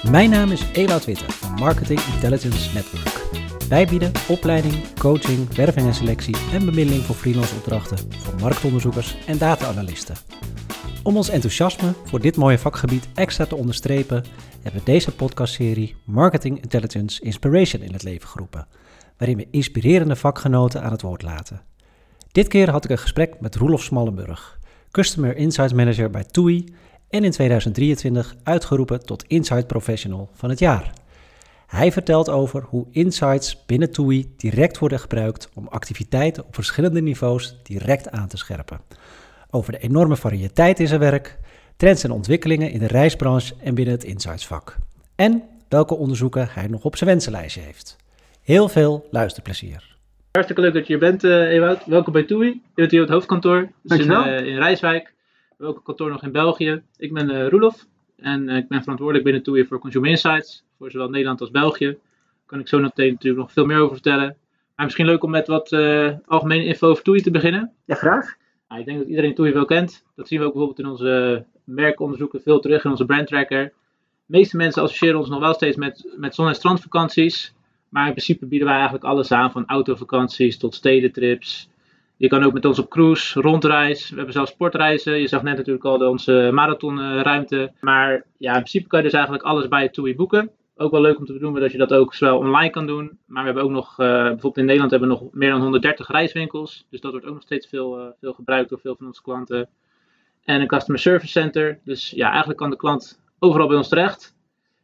Mijn naam is Ewout Witte van Marketing Intelligence Network. Wij bieden opleiding, coaching, werving en selectie en bemiddeling voor freelance opdrachten voor marktonderzoekers en data-analysten. Om ons enthousiasme voor dit mooie vakgebied extra te onderstrepen, hebben we deze podcastserie Marketing Intelligence Inspiration in het leven geroepen, waarin we inspirerende vakgenoten aan het woord laten. Dit keer had ik een gesprek met Roelof Smallenburg, Customer Insights Manager bij TUI en in 2023 uitgeroepen tot Insight Professional van het jaar. Hij vertelt over hoe insights binnen TUI direct worden gebruikt om activiteiten op verschillende niveaus direct aan te scherpen. Over de enorme variëteit in zijn werk, trends en ontwikkelingen in de reisbranche en binnen het insightsvak. En welke onderzoeken hij nog op zijn wensenlijstje heeft. Heel veel luisterplezier. Hartstikke leuk dat je hier bent, Ewout. Welkom bij TUI. Je bent hier op het hoofdkantoor, dus in Rijswijk. We hebben ook een kantoor nog in België. Ik ben Roelof en ik ben verantwoordelijk binnen TUI voor Consumer Insights, voor zowel Nederland als België. Daar kan ik zo meteen natuurlijk nog veel meer over vertellen. Maar misschien leuk om met wat algemene info over TUI te beginnen. Ja, graag. Nou, ik denk dat iedereen TUI wel kent. Dat zien we ook bijvoorbeeld in onze merkonderzoeken veel terug in onze brandtracker. De meeste mensen associëren ons nog wel steeds met zon- en strandvakanties. Maar in principe bieden wij eigenlijk alles aan, van autovakanties tot stedentrips. Je kan ook met ons op cruise, rondreis. We hebben zelfs sportreizen. Je zag net natuurlijk al onze marathonruimte. Maar ja, in principe kan je dus eigenlijk alles bij TUI boeken. Ook wel leuk om te benoemen dat je dat ook zowel online kan doen. Maar we hebben ook nog, bijvoorbeeld in Nederland hebben we nog meer dan 130 reiswinkels. Dus dat wordt ook nog steeds veel gebruikt door veel van onze klanten. En een customer service center. Dus ja, eigenlijk kan de klant overal bij ons terecht.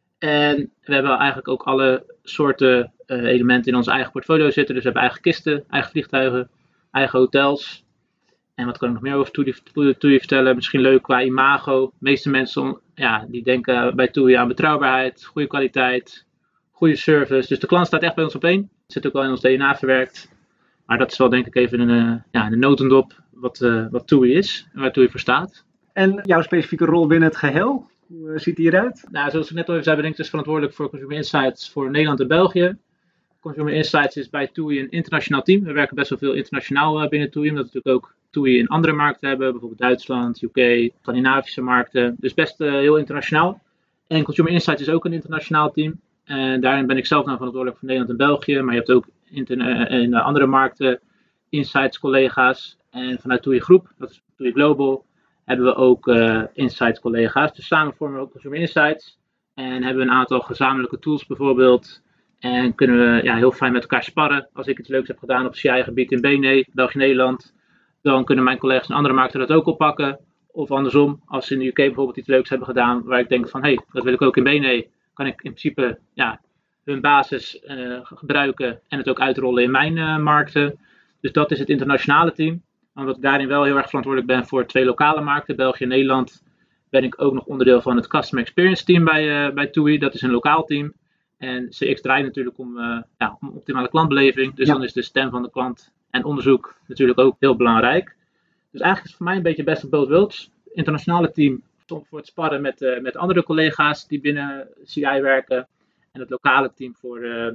En we hebben eigenlijk ook alle soorten elementen in ons eigen portfolio zitten. Dus we hebben eigen kisten, eigen vliegtuigen, eigen hotels. En wat kan ik nog meer over TUI vertellen? Misschien leuk qua imago. De meeste mensen die denken bij TUI aan betrouwbaarheid, goede kwaliteit, goede service. Dus de klant staat echt bij ons op één. Het zit ook wel in ons DNA verwerkt. Maar dat is wel denk ik even in de notendop wat TUI is en waar TUI voor staat. En jouw specifieke rol binnen het geheel? Hoe ziet die eruit? Nou, zoals ik net al even zei, ben ik dus verantwoordelijk voor Consumer Insights voor Nederland en België. Consumer Insights is bij TUI een internationaal team. We werken best wel veel internationaal binnen TUI, omdat we natuurlijk ook TUI in andere markten hebben, bijvoorbeeld Duitsland, UK, Scandinavische markten. Dus best heel internationaal. En Consumer Insights is ook een internationaal team. En daarin ben ik zelf nou verantwoordelijk voor Nederland en België, maar je hebt ook in andere markten Insights collega's. En vanuit TUI Groep, dat is TUI Global, hebben we ook Insights collega's. Dus samen vormen we ook Consumer Insights. En hebben we een aantal gezamenlijke tools bijvoorbeeld. En kunnen we heel fijn met elkaar sparren. Als ik iets leuks heb gedaan op CI-gebied in BNE, België-Nederland, dan kunnen mijn collega's in andere markten dat ook oppakken. Of andersom, als ze in de UK bijvoorbeeld iets leuks hebben gedaan, waar ik denk van, dat wil ik ook in BNE, kan ik in principe hun basis gebruiken en het ook uitrollen in mijn markten. Dus dat is het internationale team. Omdat ik daarin wel heel erg verantwoordelijk ben voor 2 lokale markten, België en Nederland, ben ik ook nog onderdeel van het Customer Experience team bij TUI. Dat is een lokaal team. En CX draait natuurlijk om optimale klantbeleving. Dus dan is de stem van de klant en onderzoek natuurlijk ook heel belangrijk. Dus eigenlijk is het voor mij een beetje best of both worlds. Het internationale team stond voor het sparren met andere collega's die binnen CI werken. En het lokale team voor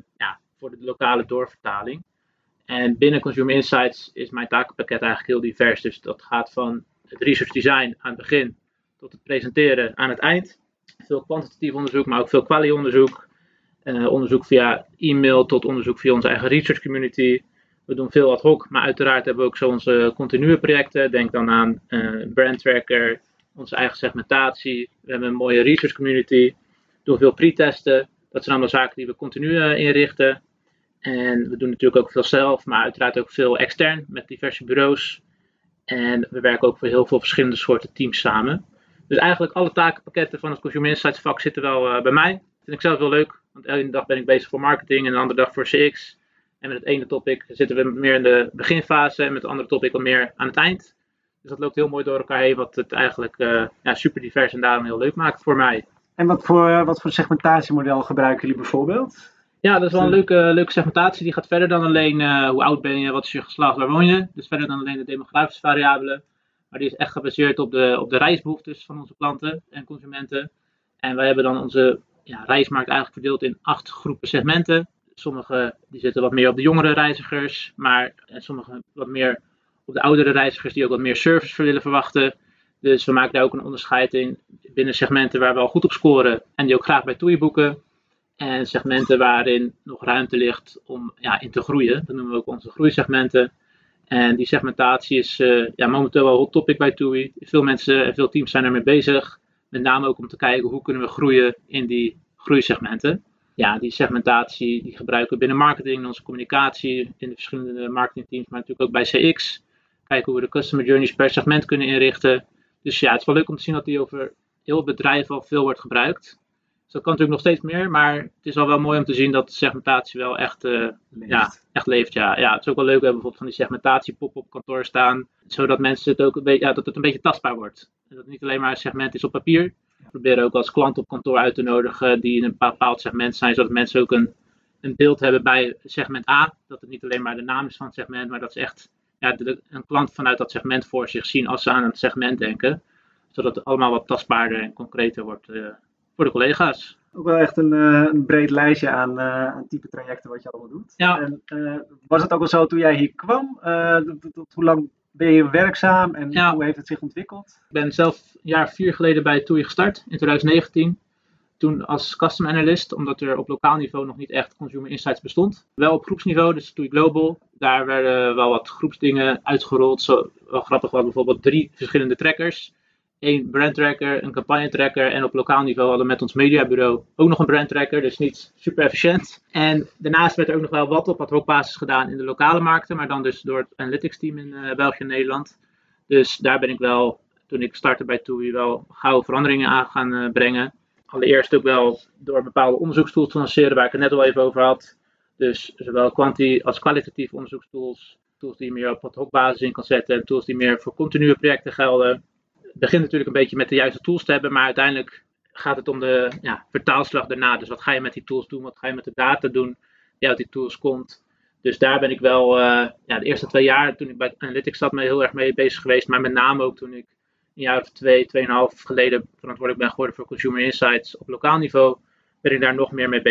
de lokale doorvertaling. En binnen Consumer Insights is mijn takenpakket eigenlijk heel divers. Dus dat gaat van het research design aan het begin tot het presenteren aan het eind. Veel kwantitatief onderzoek, maar ook veel quali-onderzoek. Onderzoek via e-mail tot onderzoek via onze eigen research community. We doen veel ad hoc, maar uiteraard hebben we ook zo onze continue projecten. Denk dan aan brandtracker, onze eigen segmentatie. We hebben een mooie research community. We doen veel pre-testen. Dat zijn allemaal zaken die we continu inrichten. En we doen natuurlijk ook veel zelf, maar uiteraard ook veel extern met diverse bureaus. En we werken ook voor heel veel verschillende soorten teams samen. Dus eigenlijk alle takenpakketten van het Consumer Insights vak zitten wel bij mij. Dat vind ik zelf wel leuk, want elke dag ben ik bezig voor marketing en een andere dag voor CX. En met het ene topic zitten we meer in de beginfase en met het andere topic al meer aan het eind. Dus dat loopt heel mooi door elkaar heen, wat het eigenlijk super divers en daarom heel leuk maakt voor mij. En wat voor segmentatiemodel gebruiken jullie bijvoorbeeld? Ja, dat is wel een leuke segmentatie. Die gaat verder dan alleen hoe oud ben je, wat is je geslacht, waar woon je. Dus verder dan alleen de demografische variabelen. Maar die is echt gebaseerd op de reisbehoeftes van onze klanten en consumenten. En wij hebben dan onze reismarkt eigenlijk verdeeld in 8 groepen segmenten. Sommige die zitten wat meer op de jongere reizigers, maar sommige wat meer op de oudere reizigers die ook wat meer service willen verwachten. Dus we maken daar ook een onderscheid in binnen segmenten waar we al goed op scoren en die ook graag bij TUI boeken. En segmenten waarin nog ruimte ligt om in te groeien. Dat noemen we ook onze groeisegmenten. En die segmentatie is momenteel wel een hot topic bij TUI. Veel mensen en veel teams zijn ermee bezig. Met name ook om te kijken hoe kunnen we groeien in die groeisegmenten. Ja, die segmentatie die gebruiken we binnen marketing, in onze communicatie, in de verschillende marketingteams, maar natuurlijk ook bij CX. Kijken hoe we de customer journeys per segment kunnen inrichten. Dus ja, het is wel leuk om te zien dat die over heel het bedrijf al veel wordt gebruikt. Dus dat kan natuurlijk nog steeds meer, maar het is al wel mooi om te zien dat de segmentatie wel echt leeft. Ja, het is ook wel leuk, we hebben bijvoorbeeld van die segmentatie pop-up kantoor staan, zodat mensen het ook dat het een beetje tastbaar wordt. En dat het niet alleen maar een segment is op papier. We proberen ook als klant op kantoor uit te nodigen die in een bepaald segment zijn, zodat mensen ook een beeld hebben bij segment A. Dat het niet alleen maar de naam is van het segment, maar dat ze echt een klant vanuit dat segment voor zich zien als ze aan het segment denken. Zodat het allemaal wat tastbaarder en concreter wordt voor de collega's. Ook wel echt een breed lijstje aan type trajecten wat je allemaal doet. Ja. En, was het ook al zo toen jij hier kwam? Hoe lang ben je werkzaam en hoe heeft het zich ontwikkeld? Ik ben zelf een jaar 4 geleden bij TUI gestart in 2019. Toen als custom analyst, omdat er op lokaal niveau nog niet echt consumer insights bestond. Wel op groepsniveau, dus TUI Global. Daar werden wel wat groepsdingen uitgerold. Zo, wel grappig, we hadden bijvoorbeeld 3 verschillende trackers. 1 brand tracker, een campagne tracker en op lokaal niveau hadden we met ons mediabureau ook nog een brand tracker, dus niet super efficiënt. En daarnaast werd er ook nog wel wat op ad hoc basis gedaan in de lokale markten, maar dan dus door het analytics team in België en Nederland. Dus daar ben ik wel, toen ik startte bij TUI, wel gauw veranderingen aan gaan brengen. Allereerst ook wel door bepaalde onderzoekstools te lanceren, waar ik het net al even over had. Dus zowel als kwalitatieve onderzoekstools, tools die je meer op ad hoc basis in kan zetten en tools die meer voor continue projecten gelden. Het begint natuurlijk een beetje met de juiste tools te hebben, maar uiteindelijk gaat het om de vertaalslag daarna. Dus wat ga je met die tools doen? Wat ga je met de data doen die uit die tools komt? Dus daar ben ik wel de eerste 2 jaar toen ik bij Analytics zat heel erg mee bezig geweest. Maar met name ook toen ik een jaar of 2,5 geleden verantwoordelijk ben geworden voor Consumer Insights op lokaal niveau. Ben ik daar nog meer mee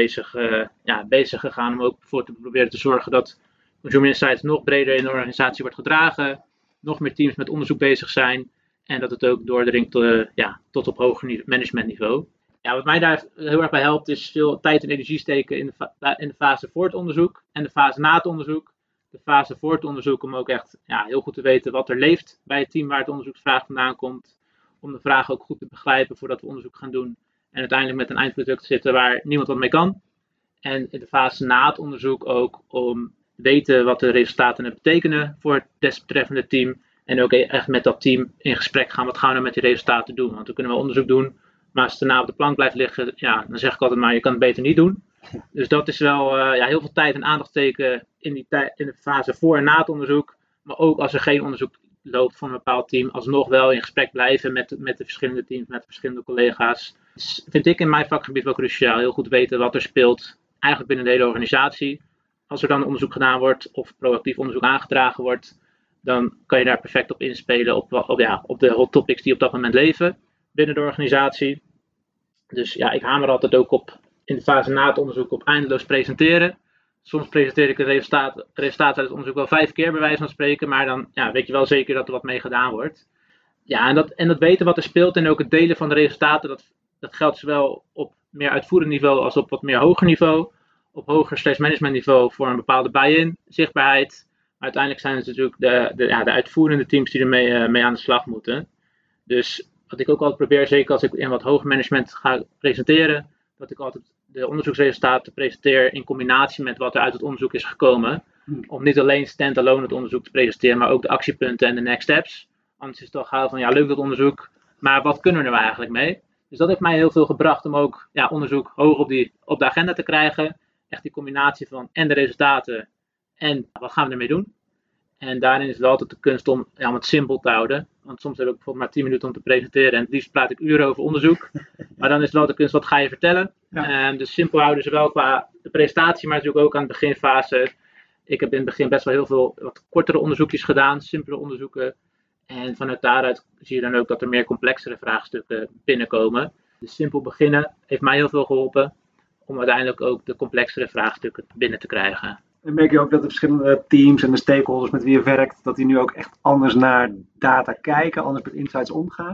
bezig gegaan om ook voor te proberen te zorgen dat Consumer Insights nog breder in de organisatie wordt gedragen. Nog meer teams met onderzoek bezig zijn. En dat het ook doordringt tot op hoger managementniveau. Ja, wat mij daar heel erg bij helpt is veel tijd en energie steken in de fase voor het onderzoek en de fase na het onderzoek. De fase voor het onderzoek om ook echt heel goed te weten wat er leeft bij het team waar het onderzoeksvraag vandaan komt. Om de vraag ook goed te begrijpen voordat we onderzoek gaan doen. En uiteindelijk met een eindproduct zitten waar niemand wat mee kan. En in de fase na het onderzoek ook om te weten wat de resultaten betekenen voor het desbetreffende team. En ook echt met dat team in gesprek gaan. Wat gaan we nou met die resultaten doen? Want we kunnen wel onderzoek doen. Maar als het daarna op de plank blijft liggen. Dan zeg ik altijd maar, je kan het beter niet doen. Dus dat is wel heel veel tijd en aandacht steken in de fase voor en na het onderzoek. Maar ook als er geen onderzoek loopt van een bepaald team. Alsnog wel in gesprek blijven met de verschillende teams. Met de verschillende collega's. Dat vind ik in mijn vakgebied wel cruciaal. Heel goed weten wat er speelt. Eigenlijk binnen de hele organisatie. Als er dan onderzoek gedaan wordt. Of proactief onderzoek aangedragen wordt. Dan kan je daar perfect op inspelen op de hot topics die op dat moment leven binnen de organisatie. Dus ik hamer altijd ook op in de fase na het onderzoek op eindeloos presenteren. Soms presenteer ik het resultaat uit het onderzoek wel 5 keer bij wijze van spreken, maar dan weet je wel zeker dat er wat mee gedaan wordt. Ja, en dat weten wat er speelt en ook het delen van de resultaten, dat geldt zowel op meer uitvoerend niveau als op wat meer hoger niveau. Op hoger /management niveau voor een bepaalde buy-in, zichtbaarheid. Maar uiteindelijk zijn het natuurlijk de uitvoerende teams die er mee aan de slag moeten. Dus wat ik ook altijd probeer, zeker als ik in wat hoger management ga presenteren, dat ik altijd de onderzoeksresultaten presenteer in combinatie met wat er uit het onderzoek is gekomen. Om niet alleen stand-alone het onderzoek te presenteren, maar ook de actiepunten en de next steps. Anders is het al gauw van, leuk dat onderzoek, maar wat kunnen we er nou eigenlijk mee? Dus dat heeft mij heel veel gebracht om ook onderzoek hoog op de agenda te krijgen. Echt die combinatie van en de resultaten en wat gaan we ermee doen? En daarin is het altijd de kunst om het simpel te houden. Want soms heb ik bijvoorbeeld maar 10 minuten om te presenteren. En het liefst praat ik uren over onderzoek. Maar dan is het wel de kunst, wat ga je vertellen? Ja. Dus simpel houden zowel qua de presentatie, maar natuurlijk ook aan de beginfase. Ik heb in het begin best wel heel veel wat kortere onderzoekjes gedaan. Simpele onderzoeken. En vanuit daaruit zie je dan ook dat er meer complexere vraagstukken binnenkomen. Dus simpel beginnen heeft mij heel veel geholpen. Om uiteindelijk ook de complexere vraagstukken binnen te krijgen. En merk je ook dat de verschillende teams en de stakeholders met wie je werkt, dat die nu ook echt anders naar data kijken, anders met insights omgaan?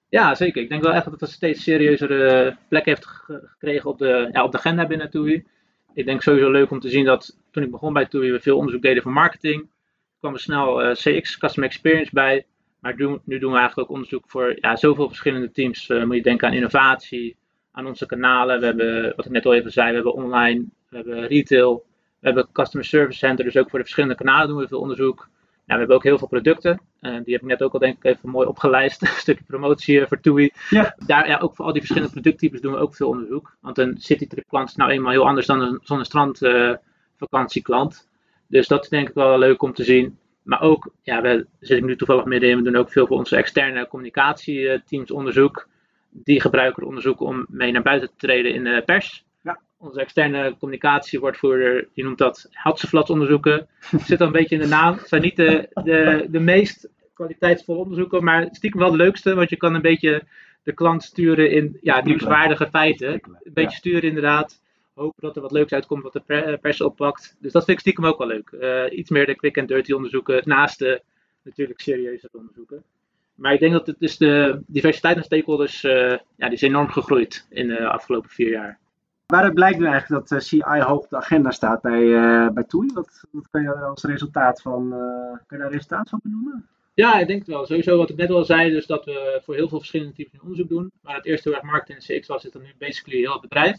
Ja, zeker. Ik denk wel echt dat het een steeds serieuzere plek heeft gekregen op de agenda binnen TUI. Ik denk sowieso leuk om te zien dat toen ik begon bij TUI we veel onderzoek deden voor marketing. Er kwam er snel CX, Customer Experience bij. Maar nu doen we eigenlijk ook onderzoek voor zoveel verschillende teams. Moet je denken aan innovatie, aan onze kanalen. We hebben, wat ik net al even zei, we hebben online, we hebben retail, we hebben Customer Service Center. Dus ook voor de verschillende kanalen doen we veel onderzoek. Ja, we hebben ook heel veel producten. Die heb ik net ook al denk ik even mooi opgelijst. Een stukje promotie voor TUI. Ja. Daar, ook voor al die verschillende producttypes doen we ook veel onderzoek. Want een citytrip klant is nou eenmaal heel anders dan een zonnestrandvakantieklant. Dus dat is denk ik wel leuk om te zien. Maar ook, we zitten nu toevallig middenin, we doen ook veel voor onze externe communicatieteams onderzoek. Die gebruiken onderzoek om mee naar buiten te treden in de pers. Onze externe communicatiewoordvoerder, die noemt dat Hatseflatsonderzoeken. Zit al een beetje in de naam. Het zijn niet de meest kwaliteitsvolle onderzoeken, maar stiekem wel de leukste, want je kan een beetje de klant sturen in nieuwswaardige feiten. Een beetje sturen inderdaad. Hopen dat er wat leuks uitkomt wat de pers oppakt. Dus dat vind ik stiekem ook wel leuk. Iets meer de quick and dirty onderzoeken, naast de natuurlijk serieuze onderzoeken. Maar ik denk dat het dus de diversiteit aan stakeholders, die is enorm gegroeid in de afgelopen 4 jaar. Waaruit blijkt nu eigenlijk dat CI hoog op de agenda staat bij TUI? Wat kan je als resultaat van, kan je daar resultaat van benoemen? Ja, ik denk het wel. Sowieso wat ik net al zei, dus dat we voor heel veel verschillende typen onderzoek doen. Waar het eerst heel erg marketing en CX was, is dat nu basically heel het bedrijf.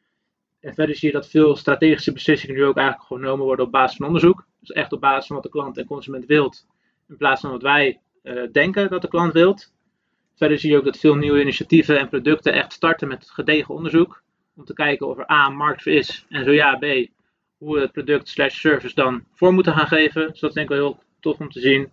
En verder zie je dat veel strategische beslissingen nu ook eigenlijk genomen worden op basis van onderzoek. Dus echt op basis van wat de klant en consument wilt, in plaats van wat wij denken dat de klant wilt. Verder zie je ook dat veel nieuwe initiatieven en producten echt starten met gedegen onderzoek. Om te kijken of er A, een markt voor is en zo ja, B, hoe we het product/service dan vorm moeten gaan geven. Dus dat is denk ik wel heel tof om te zien.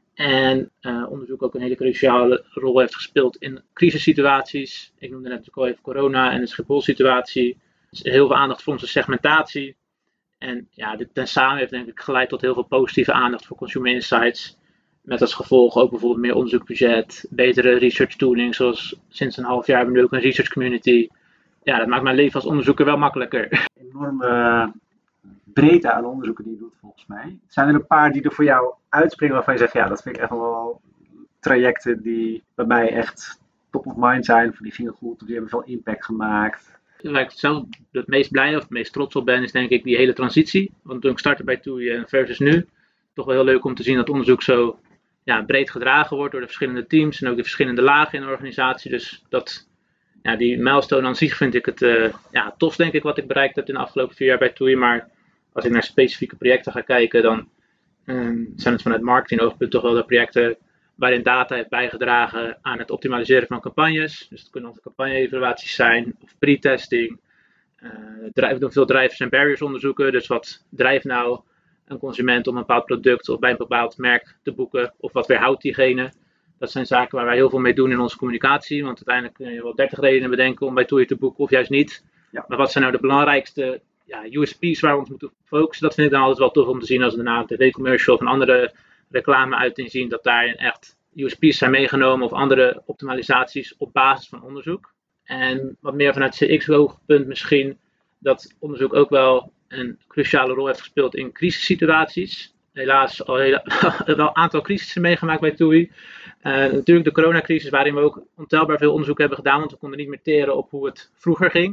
En onderzoek ook een hele cruciale rol heeft gespeeld in crisissituaties. Ik noemde net natuurlijk al even corona en de Schiphol-situatie. Dus heel veel aandacht voor onze segmentatie. En dit ten samen heeft denk ik geleid tot heel veel positieve aandacht voor consumer insights. Met als gevolg ook bijvoorbeeld meer onderzoekbudget, betere research tooling, zoals sinds een half jaar hebben we nu ook een research community. Ja, dat maakt mijn leven als onderzoeker wel makkelijker. Enorme breedte aan onderzoeken die je doet volgens mij. Zijn er een paar die er voor jou uitspringen waarvan je zegt, ja, dat vind ik echt wel trajecten die bij mij echt top of mind zijn, of die gingen goed, of die hebben veel impact gemaakt? Waar ik zelf het meest blij of het meest trots op ben, is denk ik die hele transitie. Want toen ik startte bij TUI versus nu, toch wel heel leuk om te zien dat onderzoek zo breed gedragen wordt door de verschillende teams en ook de verschillende lagen in de organisatie. Dus dat, die milestone aan zich vind ik het tof denk ik wat ik bereikt heb in de afgelopen 4 jaar bij TUI. Maar als ik naar specifieke projecten ga kijken, dan zijn het vanuit marketing oogpunt toch wel de projecten waarin data heeft bijgedragen aan het optimaliseren van campagnes. Dus het kunnen onze campagne-evaluaties zijn of pre-testing. We doen veel drivers en barriers onderzoeken. Dus wat drijft nou een consument om een bepaald product of bij een bepaald merk te boeken? Of wat weerhoudt diegene? Dat zijn zaken waar wij heel veel mee doen in onze communicatie. Want uiteindelijk kun je wel 30 redenen bedenken om bij TUI te boeken of juist niet. Ja. Maar wat zijn nou de belangrijkste USP's waar we ons moeten focussen? Dat vind ik dan altijd wel tof om te zien als we daarna een tv-commercial of een andere reclame-uiting zien. Dat daarin echt USP's zijn meegenomen of andere optimalisaties op basis van onderzoek. En wat meer vanuit CX-oogpunt misschien, dat onderzoek ook wel een cruciale rol heeft gespeeld in crisissituaties. Helaas al wel een aantal crisissen meegemaakt bij TUI. Natuurlijk de coronacrisis, waarin we ook ontelbaar veel onderzoek hebben gedaan, want we konden niet meer teren op hoe het vroeger ging.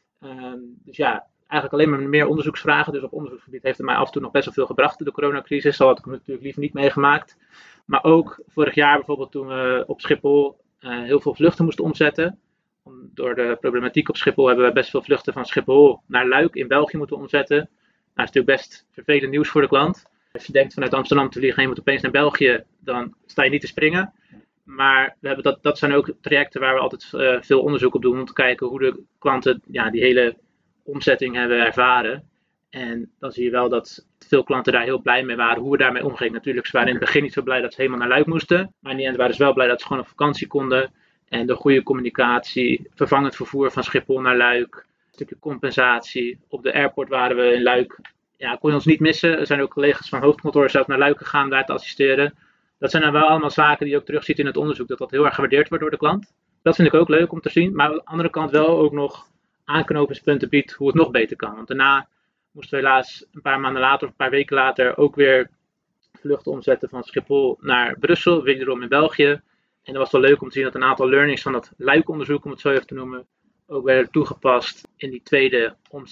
Dus eigenlijk alleen maar meer onderzoeksvragen. Dus op onderzoeksgebied heeft het mij af en toe nog best wel veel gebracht, de coronacrisis. Dat had ik natuurlijk liever niet meegemaakt. Maar ook vorig jaar bijvoorbeeld toen we op Schiphol heel veel vluchten moesten omzetten. Door de problematiek op Schiphol hebben we best veel vluchten van Schiphol naar Luik in België moeten omzetten. Nou, dat is natuurlijk best vervelend nieuws voor de klant. Als je denkt vanuit Amsterdam te vliegen en je moet opeens naar België, dan sta je niet te springen. Maar we hebben dat zijn ook trajecten waar we altijd veel onderzoek op doen om te kijken hoe de klanten die hele omzetting hebben ervaren. En dan zie je wel dat veel klanten daar heel blij mee waren hoe we daarmee omgingen. Natuurlijk, ze waren in het begin niet zo blij dat ze helemaal naar Luik moesten. Maar in die end waren ze wel blij dat ze gewoon op vakantie konden. En de goede communicatie, vervangend vervoer van Schiphol naar Luik, een stukje compensatie. Op de airport waren we in Luik, kon je ons niet missen. Er zijn ook collega's van hoofdkantoor zelf naar Luik gegaan daar te assisteren. Dat zijn dan wel allemaal zaken die je ook terugziet in het onderzoek, dat heel erg gewaardeerd wordt door de klant. Dat vind ik ook leuk om te zien, maar aan de andere kant wel ook nog aanknopingspunten biedt hoe het nog beter kan. Want daarna moesten we helaas een paar maanden later of een paar weken later ook weer vluchten omzetten van Schiphol naar Brussel, wederom in België. En dat was wel leuk om te zien dat een aantal learnings van dat luikonderzoek, om het zo even te noemen, ook werden toegepast in die tweede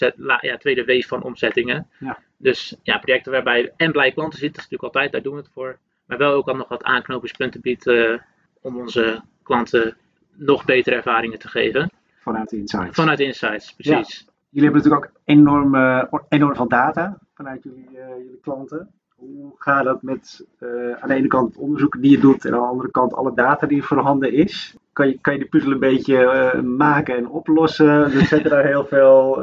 wave van omzettingen. Ja. Dus ja, projecten waarbij en blij klanten zitten, dat is natuurlijk altijd, daar doen we het voor. Maar wel ook al nog wat aanknopingspunten biedt om onze klanten nog betere ervaringen te geven. Vanuit Insights. Vanuit Insights, precies. Ja. Jullie hebben natuurlijk ook enorm veel data vanuit jullie klanten. Hoe gaat dat met aan de ene kant het onderzoek die je doet en aan de andere kant alle data die voorhanden is? Kan je de puzzel een beetje maken en oplossen? Er zitten daar heel veel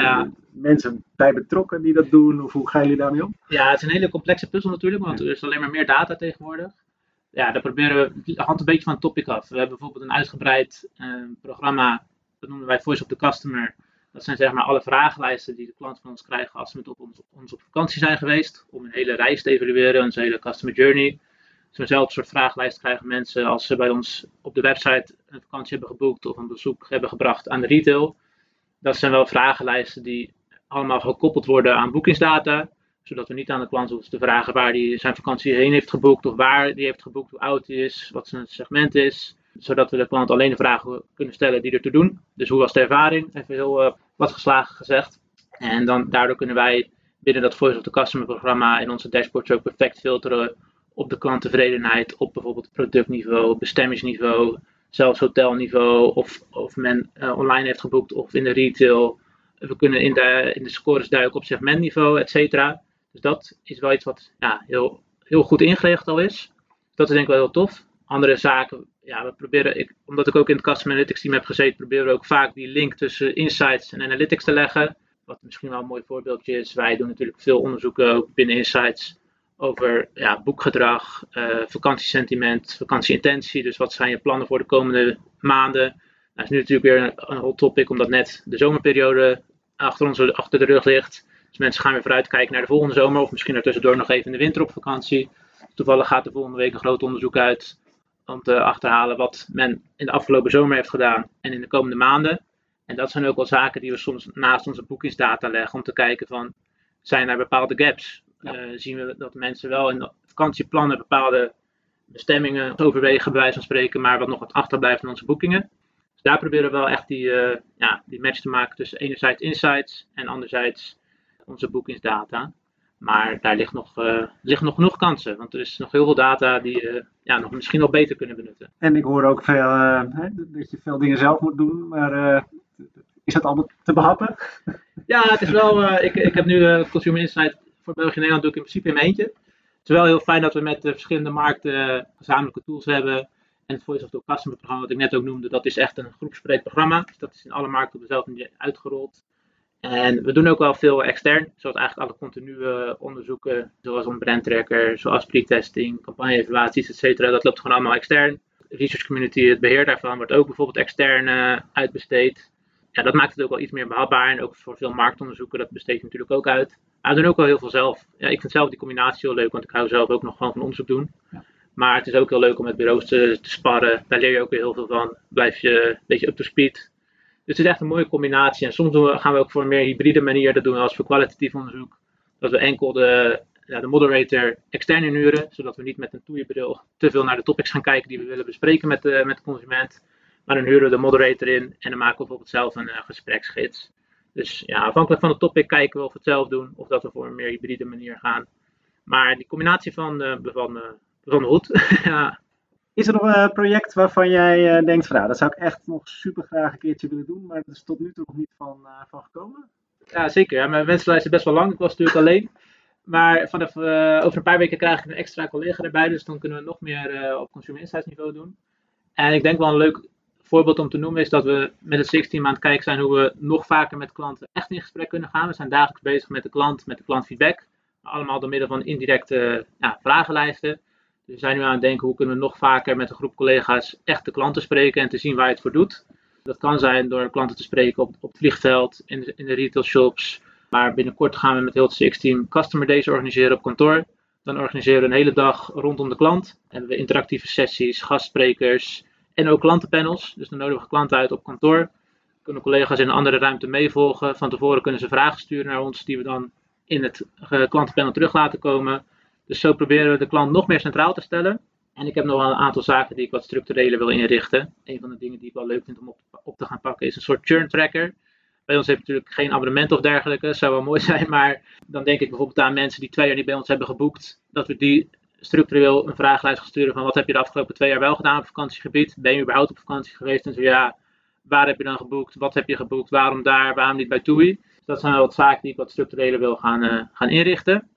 mensen bij betrokken die dat doen? Of hoe gaan jullie daarmee om? Ja, het is een hele complexe puzzel natuurlijk, want er is alleen maar meer data tegenwoordig. Ja, daar proberen we de hand een beetje van het topic af. We hebben bijvoorbeeld een uitgebreid programma, dat noemen wij Voice of the Customer. Dat zijn zeg maar alle vragenlijsten die de klanten van ons krijgen als ze met ons op vakantie zijn geweest. Om een hele reis te evalueren, onze hele customer journey. Zo'nzelfde soort vragenlijst krijgen mensen als ze bij ons op de website een vakantie hebben geboekt of een bezoek hebben gebracht aan de retail. Dat zijn wel vragenlijsten die allemaal gekoppeld worden aan boekingsdata. Zodat we niet aan de klant hoeven te vragen waar hij zijn vakantie heen heeft geboekt of waar hij heeft geboekt, hoe oud hij is, wat zijn segment is. Zodat we de klant alleen de vragen kunnen stellen die ertoe doen. Dus hoe was de ervaring? Even heel wat geslagen gezegd. En daardoor kunnen wij binnen dat Voice of the Customer programma in onze dashboards ook perfect filteren op de klanttevredenheid, op bijvoorbeeld productniveau, bestemmingsniveau, zelfs hotelniveau, of men online heeft geboekt of in de retail. We kunnen in de scores duiken op segmentniveau, et cetera. Dus dat is wel iets wat heel, heel goed ingeregeld al is. Dat is denk ik wel heel tof. Andere zaken, we proberen, omdat ik ook in het Customer Analytics team heb gezeten, proberen we ook vaak die link tussen Insights en Analytics te leggen. Wat misschien wel een mooi voorbeeldje is. Wij doen natuurlijk veel onderzoeken ook binnen Insights over boekgedrag, vakantiesentiment, vakantieintentie. Dus wat zijn je plannen voor de komende maanden? Dat is nu natuurlijk weer een hot topic, omdat net de zomerperiode achter de rug ligt. Dus mensen gaan weer vooruitkijken naar de volgende zomer, of misschien ertussendoor nog even in de winter op vakantie. Toevallig gaat er volgende week een groot onderzoek uit om te achterhalen wat men in de afgelopen zomer heeft gedaan en in de komende maanden. En dat zijn ook wel zaken die we soms naast onze boekingsdata leggen om te kijken van, zijn er bepaalde gaps? Zien we dat mensen wel in vakantieplannen bepaalde bestemmingen overwegen, bij wijze van spreken, maar wat nog wat achterblijft in onze boekingen. Dus daar proberen we wel echt die match te maken tussen enerzijds Insights en anderzijds onze boekingsdata. Maar daar ligt nog genoeg kansen, want er is nog heel veel data die nog misschien nog beter kunnen benutten. En ik hoor ook veel dat je veel dingen zelf moet doen, maar is dat allemaal te behappen? Ja, het is wel, ik heb nu Consumer Insight voor België en Nederland doe ik in principe in mijn eentje. Het is wel heel fijn dat we met de verschillende markten gezamenlijke tools hebben. En het Voice of the Customer programma, wat ik net ook noemde, dat is echt een groepsbreed programma. Dus dat is in alle markten op dezelfde manier uitgerold. En we doen ook wel veel extern, zoals eigenlijk alle continue onderzoeken, zoals een brandtracker, zoals pre-testing, campagne-evaluaties, etc. Dat loopt gewoon allemaal extern. De research community, het beheer daarvan, wordt ook bijvoorbeeld extern uitbesteed. Ja, dat maakt het ook wel iets meer behapbaar en ook voor veel marktonderzoeken, dat besteed je natuurlijk ook uit. Maar we doen ook wel heel veel zelf. Ja, ik vind zelf die combinatie heel leuk, want ik hou zelf ook nog gewoon van onderzoek doen. Ja. Maar het is ook heel leuk om met bureaus te sparren. Daar leer je ook weer heel veel van. Blijf je een beetje up to speed. Dus het is echt een mooie combinatie. En soms gaan we ook voor een meer hybride manier. Dat doen we als voor kwalitatief onderzoek. Dat we enkel de moderator extern inhuren. Zodat we niet met een toeiebril te veel naar de topics gaan kijken die we willen bespreken met de consument. Maar dan huren we de moderator in en dan maken we bijvoorbeeld zelf een gespreksgids. Dus ja, afhankelijk van het topic kijken we of we het zelf doen. Of dat we voor een meer hybride manier gaan. Maar die combinatie van bevalt me goed. Ja. Is er nog een project waarvan jij denkt van dat zou ik echt nog super graag een keertje willen doen, maar dat is tot nu toe nog niet van gekomen? Ja, zeker. Ja, mijn wenslijst is best wel lang. Ik was natuurlijk alleen. Maar vanaf over een paar weken krijg ik een extra collega erbij. Dus dan kunnen we nog meer op Consumer Insights niveau doen. En ik denk wel een leuk voorbeeld om te noemen is dat we met het Sales-team aan het kijken zijn hoe we nog vaker met klanten echt in gesprek kunnen gaan. We zijn dagelijks bezig met de klantfeedback. Allemaal door middel van indirecte vragenlijsten. Dus we zijn nu aan het denken hoe kunnen we nog vaker met een groep collega's echt de klanten spreken en te zien waar je het voor doet. Dat kan zijn door klanten te spreken op het vliegveld, in de retail shops. Maar binnenkort gaan we met heel het CX-team Customer Days organiseren op kantoor. Dan organiseren we een hele dag rondom de klant. Hebben we interactieve sessies, gastsprekers en ook klantenpanels. Dus dan nodigen we klanten uit op kantoor. Kunnen collega's in een andere ruimte meevolgen. Van tevoren kunnen ze vragen sturen naar ons die we dan in het klantenpanel terug laten komen. Dus zo proberen we de klant nog meer centraal te stellen. En ik heb nog wel een aantal zaken die ik wat structureler wil inrichten. Een van de dingen die ik wel leuk vind om op te gaan pakken is een soort churn tracker. Bij ons heb je natuurlijk geen abonnement of dergelijke, dat zou wel mooi zijn, maar dan denk ik bijvoorbeeld aan mensen die 2 jaar niet bij ons hebben geboekt, dat we die structureel een vragenlijst gaan sturen van wat heb je de afgelopen 2 jaar wel gedaan op vakantiegebied? Ben je überhaupt op vakantie geweest? En zo ja, waar heb je dan geboekt? Wat heb je geboekt? Waarom daar? Waarom niet bij TUI? Dus dat zijn wel wat zaken die ik wat structureler wil gaan inrichten.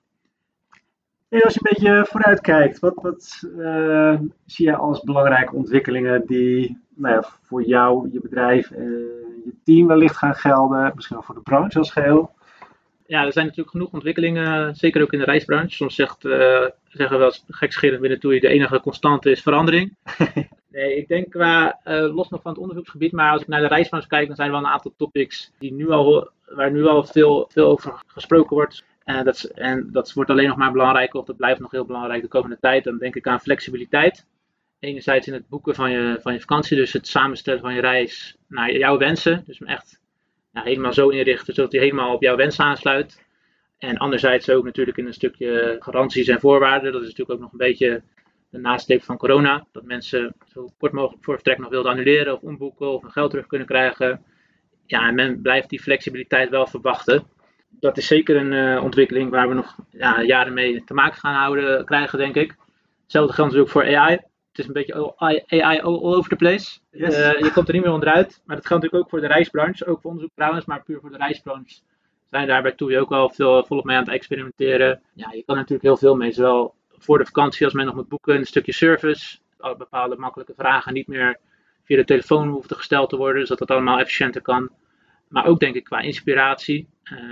En als je een beetje vooruit kijkt, wat zie je als belangrijke ontwikkelingen die voor jou, je bedrijf en je team wellicht gaan gelden, misschien wel voor de branche als geheel? Ja, er zijn natuurlijk genoeg ontwikkelingen, zeker ook in de reisbranche. Soms zeggen we wel eens gekscherend binnen TUI, de enige constante is verandering. Nee, ik denk los nog van het onderzoeksgebied, maar als ik naar de reisbranche kijk, dan zijn er wel een aantal topics waar nu al veel over gesproken wordt. En dat wordt alleen nog maar belangrijker, of dat blijft nog heel belangrijk de komende tijd. Dan denk ik aan flexibiliteit. Enerzijds in het boeken van je vakantie, dus het samenstellen van je reis naar jouw wensen. Dus hem echt helemaal zo inrichten, zodat hij helemaal op jouw wensen aansluit. En anderzijds ook natuurlijk in een stukje garanties en voorwaarden. Dat is natuurlijk ook nog een beetje de nasleep van corona. Dat mensen zo kort mogelijk voor vertrek nog wilden annuleren of omboeken of hun geld terug kunnen krijgen. Ja, en men blijft die flexibiliteit wel verwachten. Dat is zeker een ontwikkeling waar we nog jaren mee te maken krijgen, denk ik. Hetzelfde geldt natuurlijk voor AI. Het is een beetje AI all over the place. Yes. Je komt er niet meer onderuit. Maar dat geldt natuurlijk ook voor de reisbranche. Ook voor onderzoek trouwens, maar puur voor de reisbranche zijn daar bij TUI ook wel volop mee aan het experimenteren. Ja, je kan er natuurlijk heel veel mee. Zowel voor de vakantie als men nog moet boeken. Een stukje service. Bepaalde makkelijke vragen niet meer via de telefoon hoeven gesteld te worden. Zodat dat allemaal efficiënter kan. Maar ook denk ik qua inspiratie.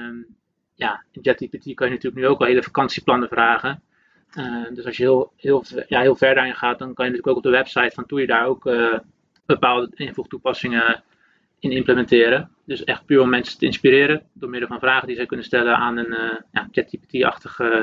In ChatGPT kan je natuurlijk nu ook al hele vakantieplannen vragen. Dus als je heel ver daarin gaat, dan kan je natuurlijk ook op de website van TUI daar ook bepaalde invoegtoepassingen in implementeren. Dus echt puur om mensen te inspireren door middel van vragen die zij kunnen stellen aan een ChatGPT-achtige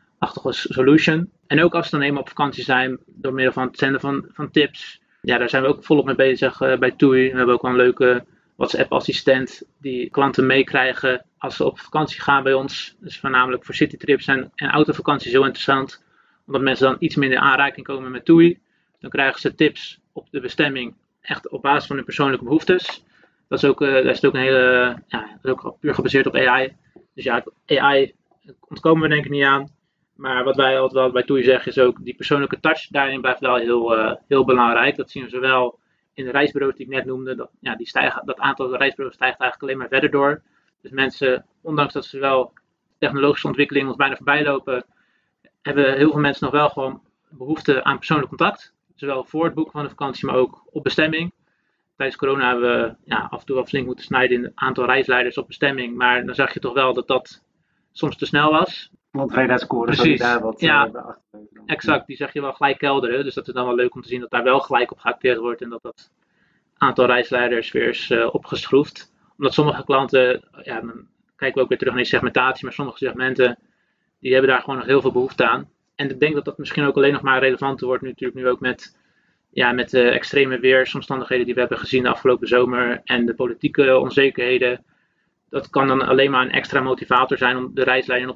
solution. En ook als ze dan eenmaal op vakantie zijn, door middel van het zenden van tips. Ja, daar zijn we ook volop mee bezig bij TUI. We hebben ook wel een leuke WhatsApp-assistent die klanten meekrijgen als ze op vakantie gaan bij ons. Dus voornamelijk voor citytrips en autovakanties heel interessant. Omdat mensen dan iets minder in aanraking komen met TUI. Dan krijgen ze tips op de bestemming echt op basis van hun persoonlijke behoeftes. Dat is ook een hele, dat is ook puur gebaseerd op AI. Dus ja, AI ontkomen we denk ik niet aan. Maar wat wij altijd wel bij TUI zeggen is ook die persoonlijke touch daarin blijft wel heel belangrijk. Dat zien we zowel in de reisbureaus die ik net noemde. Dat aantal reisbureaus stijgt eigenlijk alleen maar verder door. Dus mensen, ondanks dat ze wel technologische ontwikkelingen ons bijna voorbij lopen, hebben heel veel mensen nog wel gewoon behoefte aan persoonlijk contact. Zowel voor het boeken van de vakantie, maar ook op bestemming. Tijdens corona hebben we af en toe wel flink moeten snijden in het aantal reisleiders op bestemming. Maar dan zag je toch wel dat soms te snel was. Want VNet-scores Precies. daar wat Ja, bij achterblijven. exact. Die zag je wel gelijk kelderen. Dus dat is dan wel leuk om te zien dat daar wel gelijk op geacteerd wordt. En dat aantal reisleiders weer is opgeschroefd. Omdat sommige klanten, dan kijken we ook weer terug naar die segmentatie. Maar sommige segmenten, die hebben daar gewoon nog heel veel behoefte aan. En ik denk dat dat misschien ook alleen nog maar relevanter wordt nu ook met de extreme weersomstandigheden die we hebben gezien de afgelopen zomer en de politieke onzekerheden. Dat kan dan alleen maar een extra motivator zijn om de reisleider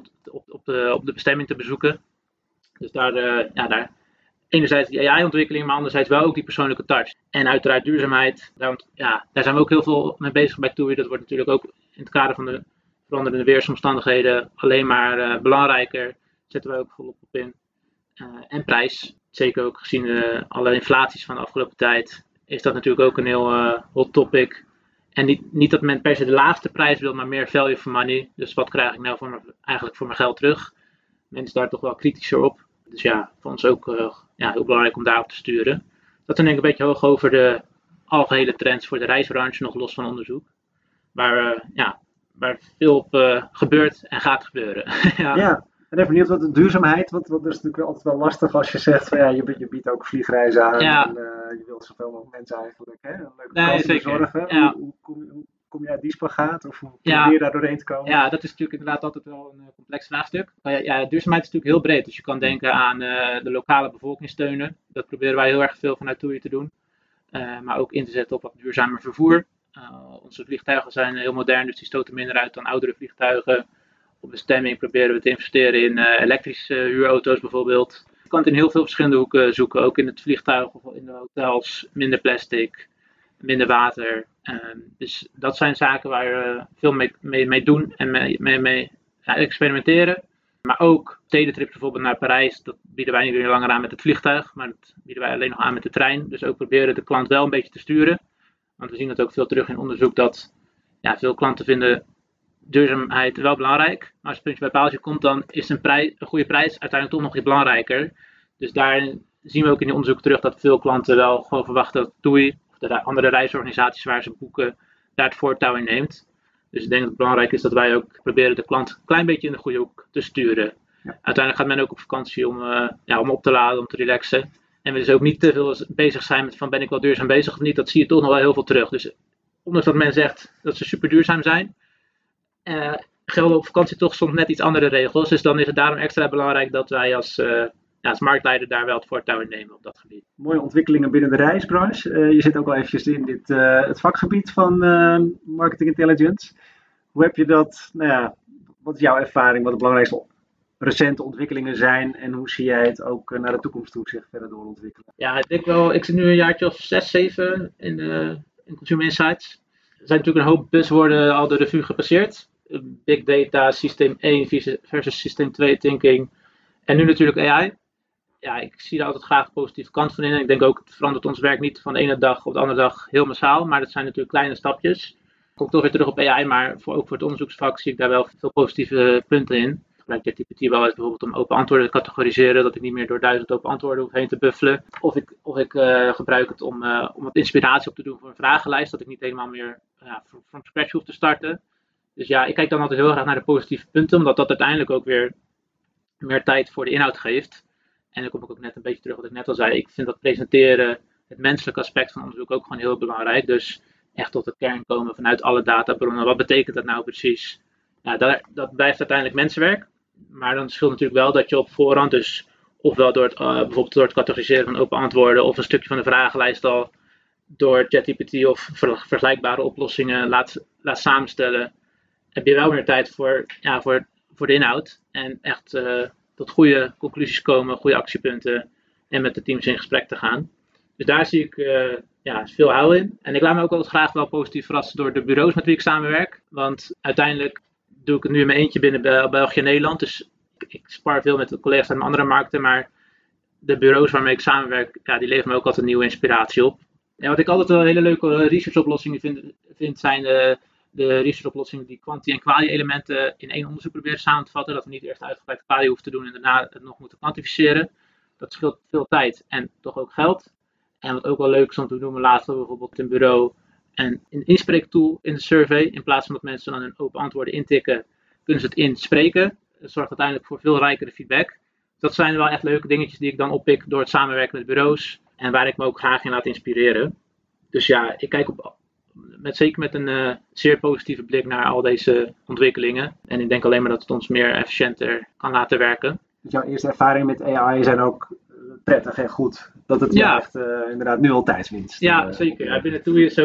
op de bestemming te bezoeken. Dus daar enerzijds die AI-ontwikkeling, maar anderzijds wel ook die persoonlijke touch. En uiteraard duurzaamheid. Daar zijn we ook heel veel mee bezig bij TUI. Dat wordt natuurlijk ook in het kader van de veranderende weersomstandigheden alleen maar belangrijker. Zetten we ook volop op in. En prijs. Zeker ook gezien alle inflaties van de afgelopen tijd. Is dat natuurlijk ook een heel hot topic. En niet dat men per se de laagste prijs wil, maar meer value for money. Dus wat krijg ik nou eigenlijk voor mijn geld terug? Men is daar toch wel kritischer op. Dus ja, voor ons ook heel belangrijk om daarop te sturen. Dat dan denk ik een beetje hoog over de algehele trends voor de reisbranche, nog los van onderzoek. Waar veel op gebeurt en gaat gebeuren. Ja. En even benieuwd wat de duurzaamheid, want dat is natuurlijk altijd wel lastig als je zegt van je biedt ook vliegreizen aan en je wilt zoveel mogelijk mensen eigenlijk een leuke vakantie bezorgen. Ja. Hoe kom je uit die spagaat of hoe probeer je daar doorheen te komen? Ja, dat is natuurlijk inderdaad altijd wel een complex vraagstuk. Duurzaamheid is natuurlijk heel breed, dus je kan denken aan de lokale bevolking steunen. Dat proberen wij heel erg veel vanuit TUI te doen. Maar ook in te zetten op wat duurzamer vervoer. Onze vliegtuigen zijn heel modern, dus die stoten minder uit dan oudere vliegtuigen. Op bestemming proberen we te investeren in elektrische huurauto's bijvoorbeeld. Je kan het in heel veel verschillende hoeken zoeken, ook in het vliegtuig of in de hotels. Minder plastic, minder water. Dus dat zijn zaken waar we veel mee doen en mee experimenteren. Maar ook stedentrips bijvoorbeeld naar Parijs, dat bieden wij niet meer langer aan met het vliegtuig, maar dat bieden wij alleen nog aan met de trein. Dus ook proberen de klant wel een beetje te sturen. Want we zien het ook veel terug in onderzoek dat veel klanten vinden duurzaamheid wel belangrijk. Maar als het puntje bij paaltje komt, dan is een goede prijs uiteindelijk toch nog iets belangrijker. Dus daarin zien we ook in die onderzoek terug dat veel klanten wel gewoon verwachten dat TUI of de andere reisorganisaties waar ze boeken daar het voortouw in neemt. Dus ik denk dat het belangrijk is dat wij ook proberen de klant een klein beetje in de goede hoek te sturen. Ja. Uiteindelijk gaat men ook op vakantie om op te laden, om te relaxen. En we dus ook niet te veel bezig zijn met van ben ik wel duurzaam bezig of niet. Dat zie je toch nog wel heel veel terug. Dus ondanks dat men zegt dat ze super duurzaam zijn, gelden op vakantie toch soms net iets andere regels. Dus dan is het daarom extra belangrijk dat wij als marktleider daar wel het voortouw in nemen op dat gebied. Mooie ontwikkelingen binnen de reisbranche. Je zit ook al eventjes in het vakgebied van marketing intelligence. Hoe heb je dat, wat is jouw ervaring, wat de belangrijkste recente ontwikkelingen zijn en hoe zie jij het ook naar de toekomst toe zich verder doorontwikkelen? Ja, ik denk wel, ik zit nu een jaartje of 6, 7 in Consumer Insights. Er zijn natuurlijk een hoop buzzwoorden al de revue gepasseerd. Big data, systeem 1 versus systeem 2 thinking en nu natuurlijk AI. Ja, ik zie daar altijd graag de positieve kant van in. En ik denk ook, het verandert ons werk niet van de ene dag op de andere dag heel massaal. Maar dat zijn natuurlijk kleine stapjes. Ik kom toch weer terug op AI, maar ook voor het onderzoeksvak zie ik daar wel veel positieve punten in. Ik gebruik ChatGPT wel eens bijvoorbeeld om open antwoorden te categoriseren. Dat ik niet meer door 1000 open antwoorden hoef heen te buffelen. Of ik gebruik het om wat inspiratie op te doen voor een vragenlijst. Dat ik niet helemaal meer from scratch hoef te starten. Dus ja, ik kijk dan altijd heel graag naar de positieve punten. Omdat dat uiteindelijk ook weer meer tijd voor de inhoud geeft. En dan kom ik ook net een beetje terug wat ik net al zei. Ik vind dat presenteren, het menselijke aspect van onderzoek ook gewoon heel belangrijk. Dus echt tot de kern komen vanuit alle databronnen. Wat betekent dat nou precies? Ja, dat blijft uiteindelijk mensenwerk. Maar dan scheelt natuurlijk wel dat je op voorhand, dus ofwel bijvoorbeeld door het categoriseren van open antwoorden of een stukje van de vragenlijst al door ChatGPT of vergelijkbare oplossingen laat samenstellen, heb je wel meer tijd voor de inhoud. En echt tot goede conclusies komen, goede actiepunten en met de teams in gesprek te gaan. Dus daar zie ik veel hou in. En ik laat me ook altijd graag wel positief verrassen door de bureaus met wie ik samenwerk. Want uiteindelijk doe ik het nu in mijn eentje binnen België en Nederland. Dus ik spar veel met de collega's uit andere markten. Maar de bureaus waarmee ik samenwerk, die leveren me ook altijd nieuwe inspiratie op. En wat ik altijd wel hele leuke researchoplossingen vind zijn de researchoplossingen die kwanti- en quali-elementen in één onderzoek proberen samen te vatten. Dat we niet eerst uitgebreid quali hoeven te doen en daarna het nog moeten kwantificeren. Dat scheelt veel tijd en toch ook geld. En wat ook wel leuk is om te doen, laten we bijvoorbeeld een bureau en een inspreektool in de survey. In plaats van dat mensen dan hun open antwoorden intikken, kunnen ze het inspreken. Dat zorgt uiteindelijk voor veel rijkere feedback. Dat zijn wel echt leuke dingetjes die ik dan oppik door het samenwerken met bureaus. En waar ik me ook graag in laat inspireren. Dus ja, ik kijk zeker met een zeer positieve blik naar al deze ontwikkelingen. En ik denk alleen maar dat het ons meer efficiënter kan laten werken. Dus jouw eerste ervaringen met AI zijn ook prettig en goed. Dat het echt inderdaad nu al tijdswinst. Ja, zeker. Binnen TUI is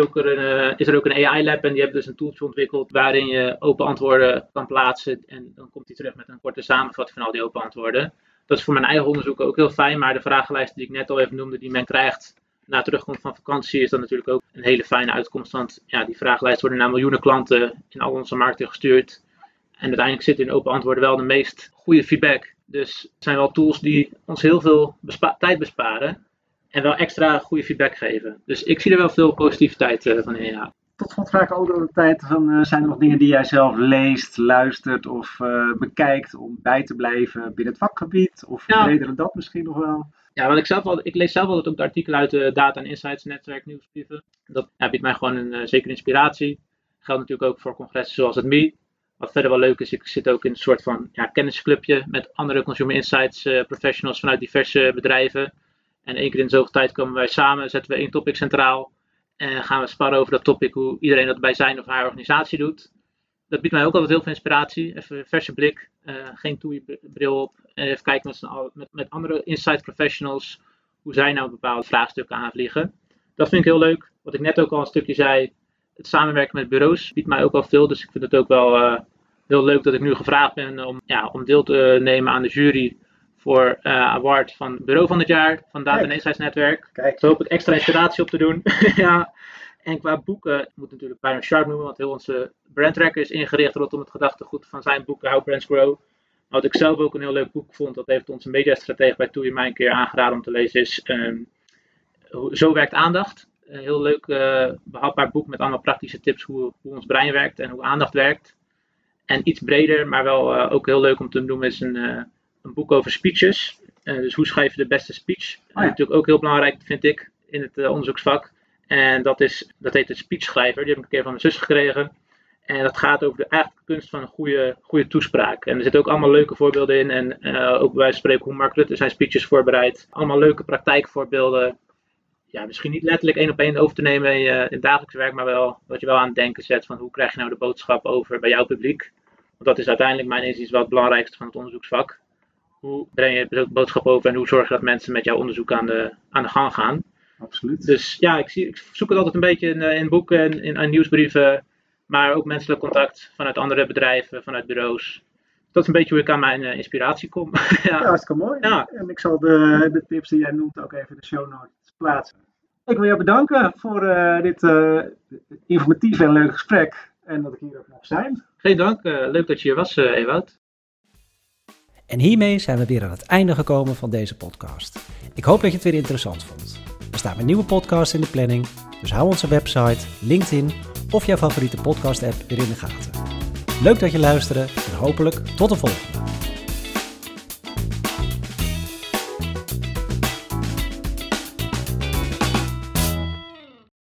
er ook een AI-lab en die hebben dus een tooltje ontwikkeld waarin je open antwoorden kan plaatsen. En dan komt hij terug met een korte samenvatting van al die open antwoorden. Dat is voor mijn eigen onderzoek ook heel fijn, maar de vragenlijst die ik net al even noemde, die men krijgt na terugkomst van vakantie, is dat natuurlijk ook een hele fijne uitkomst. Want die vragenlijst worden naar miljoenen klanten in al onze markten gestuurd. En uiteindelijk zit in open antwoorden wel de meest goede feedback. Dus het zijn wel tools die ons heel veel tijd besparen en wel extra goede feedback geven. Dus ik zie er wel veel positiviteit van in, ja. Tot slot vraag ik ook door de tijd, zijn er nog dingen die jij zelf leest, luistert of bekijkt om bij te blijven binnen het vakgebied? Of breder dan dat misschien nog wel? Ja, want ik lees zelf altijd ook de artikelen uit de Data en Insights netwerk nieuwsbrieven. Dat biedt mij gewoon een zekere inspiratie. Dat geldt natuurlijk ook voor congressen zoals het ME. Wat verder wel leuk is, ik zit ook in een soort van kennisclubje met andere Consumer Insights professionals vanuit diverse bedrijven. En 1 keer in de zoveel tijd komen wij samen, zetten we 1 topic centraal. En gaan we sparren over dat topic, hoe iedereen dat bij zijn of haar organisatie doet. Dat biedt mij ook altijd heel veel inspiratie. Even een verse blik, geen TUI-bril op. En even kijken met andere insight professionals hoe zij nou bepaalde vraagstukken aanvliegen. Dat vind ik heel leuk. Wat ik net ook al een stukje zei, het samenwerken met bureaus biedt mij ook wel veel. Dus ik vind het ook wel heel leuk dat ik nu gevraagd ben om deel te nemen aan de jury voor award van Bureau van het Jaar van Data en Insights Netwerk. Kijk. Zo hoop ik extra inspiratie op te doen. Ja. En qua boeken, ik moet natuurlijk Byron Sharp noemen, want heel onze brandtracker is ingericht rondom het gedachtegoed van zijn boeken How Brands Grow. Maar wat ik zelf ook een heel leuk boek vond, dat heeft onze mediastratege bij TUI mij een keer aangeraden om te lezen, is Zo werkt aandacht. Een heel leuk behapbaar boek met allemaal praktische tips hoe ons brein werkt en hoe aandacht werkt. En iets breder, maar wel ook heel leuk om te noemen, is een boek over speeches. Dus hoe schrijf je de beste speech? Natuurlijk ook heel belangrijk, vind ik, in het onderzoeksvak. En dat heet de speechschrijver. Die heb ik een keer van mijn zus gekregen. En dat gaat over de eigenlijke kunst van een goede toespraak. En er zitten ook allemaal leuke voorbeelden in. En ook bij wijze van spreken hoe Mark Rutte zijn speeches voorbereidt. Allemaal leuke praktijkvoorbeelden. Ja, misschien niet letterlijk 1 op 1 over te nemen in het dagelijks werk. Maar wel wat je wel aan het denken zet van hoe krijg je nou de boodschap over bij jouw publiek. Want dat is uiteindelijk mijn inziens wel het belangrijkste van het onderzoeksvak. Hoe breng je de boodschap over en hoe zorg je dat mensen met jouw onderzoek aan de gang gaan. Absoluut. Dus ja, ik zoek het altijd een beetje in boeken, in nieuwsbrieven, maar ook menselijk contact vanuit andere bedrijven, vanuit bureaus. Dat is een beetje hoe ik aan mijn inspiratie kom. Ja, hartstikke mooi. Ja. En ik zal de tips die jij noemt ook even in de show notes plaatsen. Ik wil jou bedanken voor dit informatieve en leuke gesprek en dat ik hier ook mag zijn. Geen dank, leuk dat je hier was, Ewout. En hiermee zijn we weer aan het einde gekomen van deze podcast. Ik hoop dat je het weer interessant vond. Er staan weer nieuwe podcasts in de planning, dus hou onze website, LinkedIn of jouw favoriete podcast-app weer in de gaten. Leuk dat je luisterde en hopelijk tot de volgende.